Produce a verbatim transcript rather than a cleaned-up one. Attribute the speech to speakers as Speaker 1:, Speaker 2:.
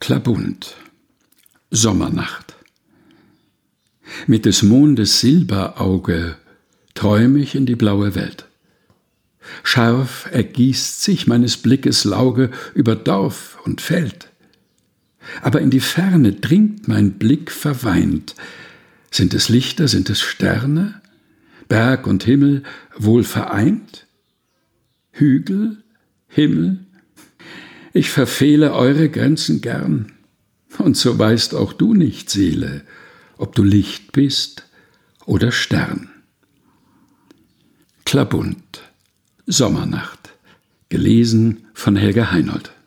Speaker 1: Klabund, Sommernacht. Mit des Mondes Silberauge träum ich in die blaue Welt. Scharf ergießt sich meines Blickes Lauge über Dorf und Feld. Aber in die Ferne dringt mein Blick verweint. Sind es Lichter, sind es Sterne? Berg und Himmel wohl vereint? Hügel, Himmel? Ich verfehle eure Grenzen gern. Und so weißt auch du nicht, Seele, ob du Licht bist oder Stern. Klabund, Sommernacht. Gelesen von Helga Heinold.